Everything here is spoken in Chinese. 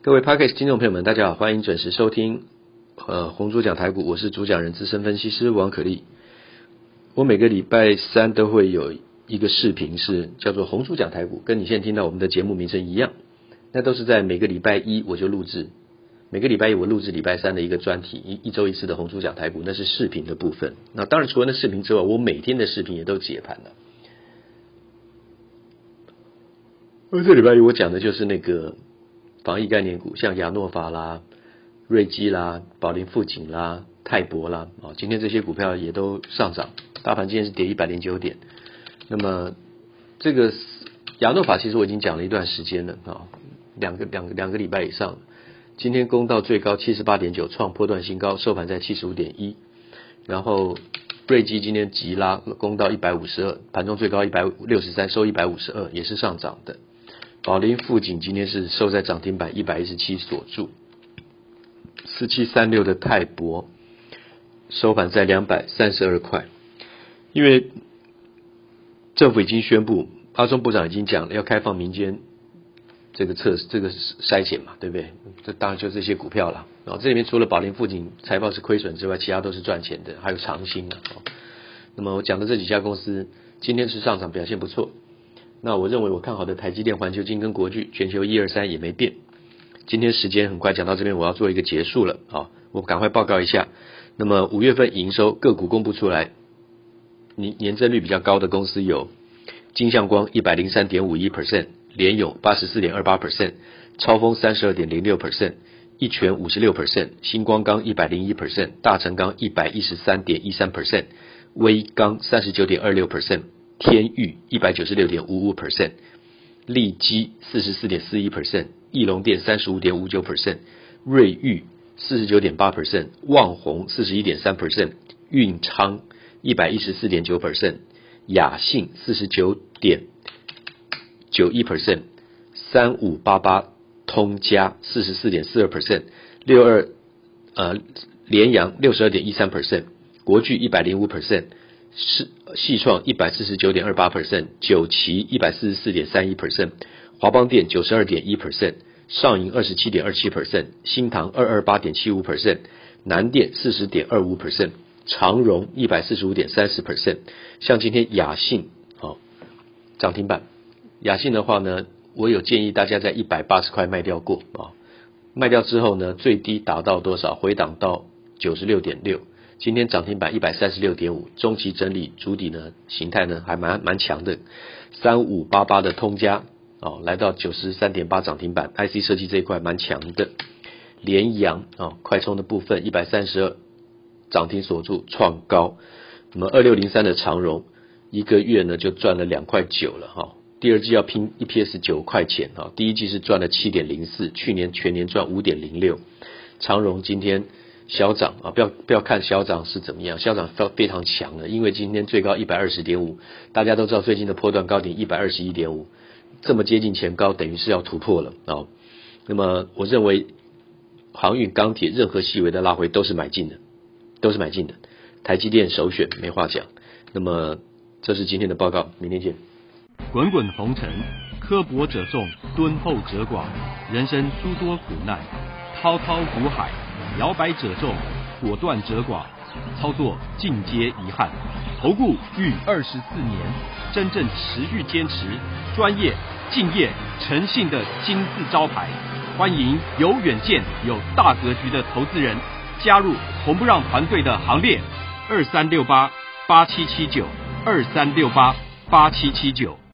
各位 Podcast 听众朋友们，大家好，欢迎准时收听红猪讲台股，我是主讲人资深分析师王可立。我每个礼拜三都会有一个视频，是叫做红猪讲台股，跟你现在听到我们的节目名称一样，那都是在每个礼拜一我就录制，每个礼拜一我录制礼拜三的一个专题，一周一次的红猪讲台股，那是视频的部分。那当然除了那视频之外，我每天的视频也都解盘了。而这礼拜一我讲的就是那个防疫概念股，像亚诺法啦、瑞基啦、宝林富锦啦、泰博啦，今天这些股票也都上涨，大盘今天是跌109点。那么这个亚诺法其实我已经讲了一段时间了两个礼拜以上了。今天攻到最高 78.9， 创波段新高，收盘在 75.1。然后瑞基今天急拉攻到152，盘中最高163，收152，也是上涨的。宝林富锦今天是收在涨停板117锁住。4736的泰博收盘在232块。因为政府已经宣布，阿中部长已经讲了要开放民间这个筛检嘛，对不对？这当然就这些股票了。然后这里面除了宝林富锦财报是亏损之外，其他都是赚钱的，还有长兴那么我讲的这几家公司今天是上涨，表现不错。那我认为我看好的台积电、环球晶跟国巨、全球123也没变。今天时间很快讲到这边，我要做一个结束了我赶快报告一下。那么5月份营收个股公布出来，年增率比较高的公司有金相光 103.51%， 联咏 84.28%， 超丰 32.06%， 一拳 56%， 新光钢 101%， 大成钢 113.13%， 威刚 39.26%， 天钰 196.55%， 力基 44.41%， 义隆电 35.59%， 瑞昱 49.8%， 旺宏 41.3%， 运昌 114.9%， 雅信 49.91%， 3588通家 44.42%， 联阳 62.13%， 国巨 105%， 细创 149.28%， 九旗 144.31%， 华邦电 92.1%， 上银 27.27%， 新唐 228.75%， 南电 40.25%， 长荣 145.30%。 像今天雅信涨停板，雅信的话呢，我有建议大家在180块卖掉过卖掉之后呢，最低达到多少？回档到 96.6， 今天涨停板 136.5， 中期整理主底呢形态呢还蛮强的。3588的通家来到 93.8 涨停板， IC 设计这一块蛮强的。联阳快充的部分132涨停锁住创高。那么2603的长荣一个月呢就赚了2.9块了第二季要拼 EPS 9块钱第一季是赚了 7.04， 去年全年赚 5.06。 长荣今天小涨不要看小涨是怎么样，小涨非常强的，因为今天最高 120.5， 大家都知道最近的波段高点 121.5， 这么接近前高，等于是要突破了那么我认为航运、钢铁任何细微的拉回都是买进的，台积电首选没话讲。那么这是今天的报告，明天见。 滚滚红尘，刻薄者众，敦厚者寡，人生诸多苦难，滔滔苦海，摇摆者众，果断者寡，操作尽皆遗憾。投顾逾24年，真正持续坚持、专业、敬业、诚信的金字招牌。欢迎有远见、有大格局的投资人加入红不让团队的行列。23688779，23688779。